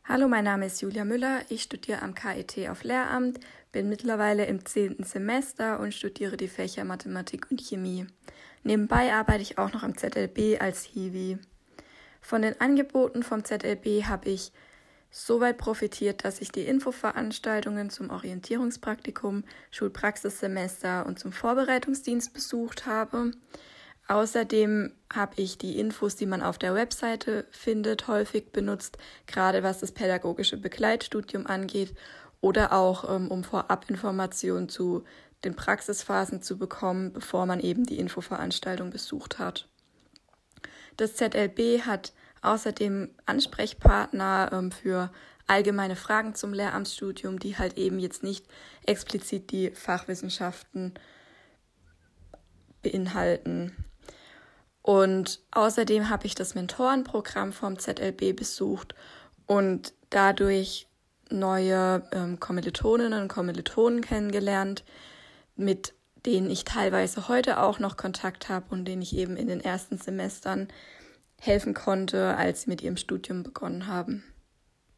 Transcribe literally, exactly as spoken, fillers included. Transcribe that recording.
Hallo, mein Name ist Julia Müller, ich studiere am K I T auf Lehramt, bin mittlerweile im zehnten Semester und studiere die Fächer Mathematik und Chemie. Nebenbei arbeite ich auch noch am Z L B als Hiwi. Von den Angeboten vom Z L B habe ich soweit profitiert, dass ich die Infoveranstaltungen zum Orientierungspraktikum, Schulpraxissemester und zum Vorbereitungsdienst besucht habe. Außerdem habe ich die Infos, die man auf der Webseite findet, häufig benutzt, gerade was das pädagogische Begleitstudium angeht oder auch ähm, um Vorabinformationen zu den Praxisphasen zu bekommen, bevor man eben die Infoveranstaltung besucht hat. Das Z L B hat außerdem Ansprechpartner ähm, für allgemeine Fragen zum Lehramtsstudium, die halt eben jetzt nicht explizit die Fachwissenschaften beinhalten. Und außerdem habe ich das Mentorenprogramm vom Z L B besucht und dadurch neue ähm, Kommilitoninnen und Kommilitonen kennengelernt, mit denen ich teilweise heute auch noch Kontakt habe und denen ich eben in den ersten Semestern helfen konnte, als sie mit ihrem Studium begonnen haben.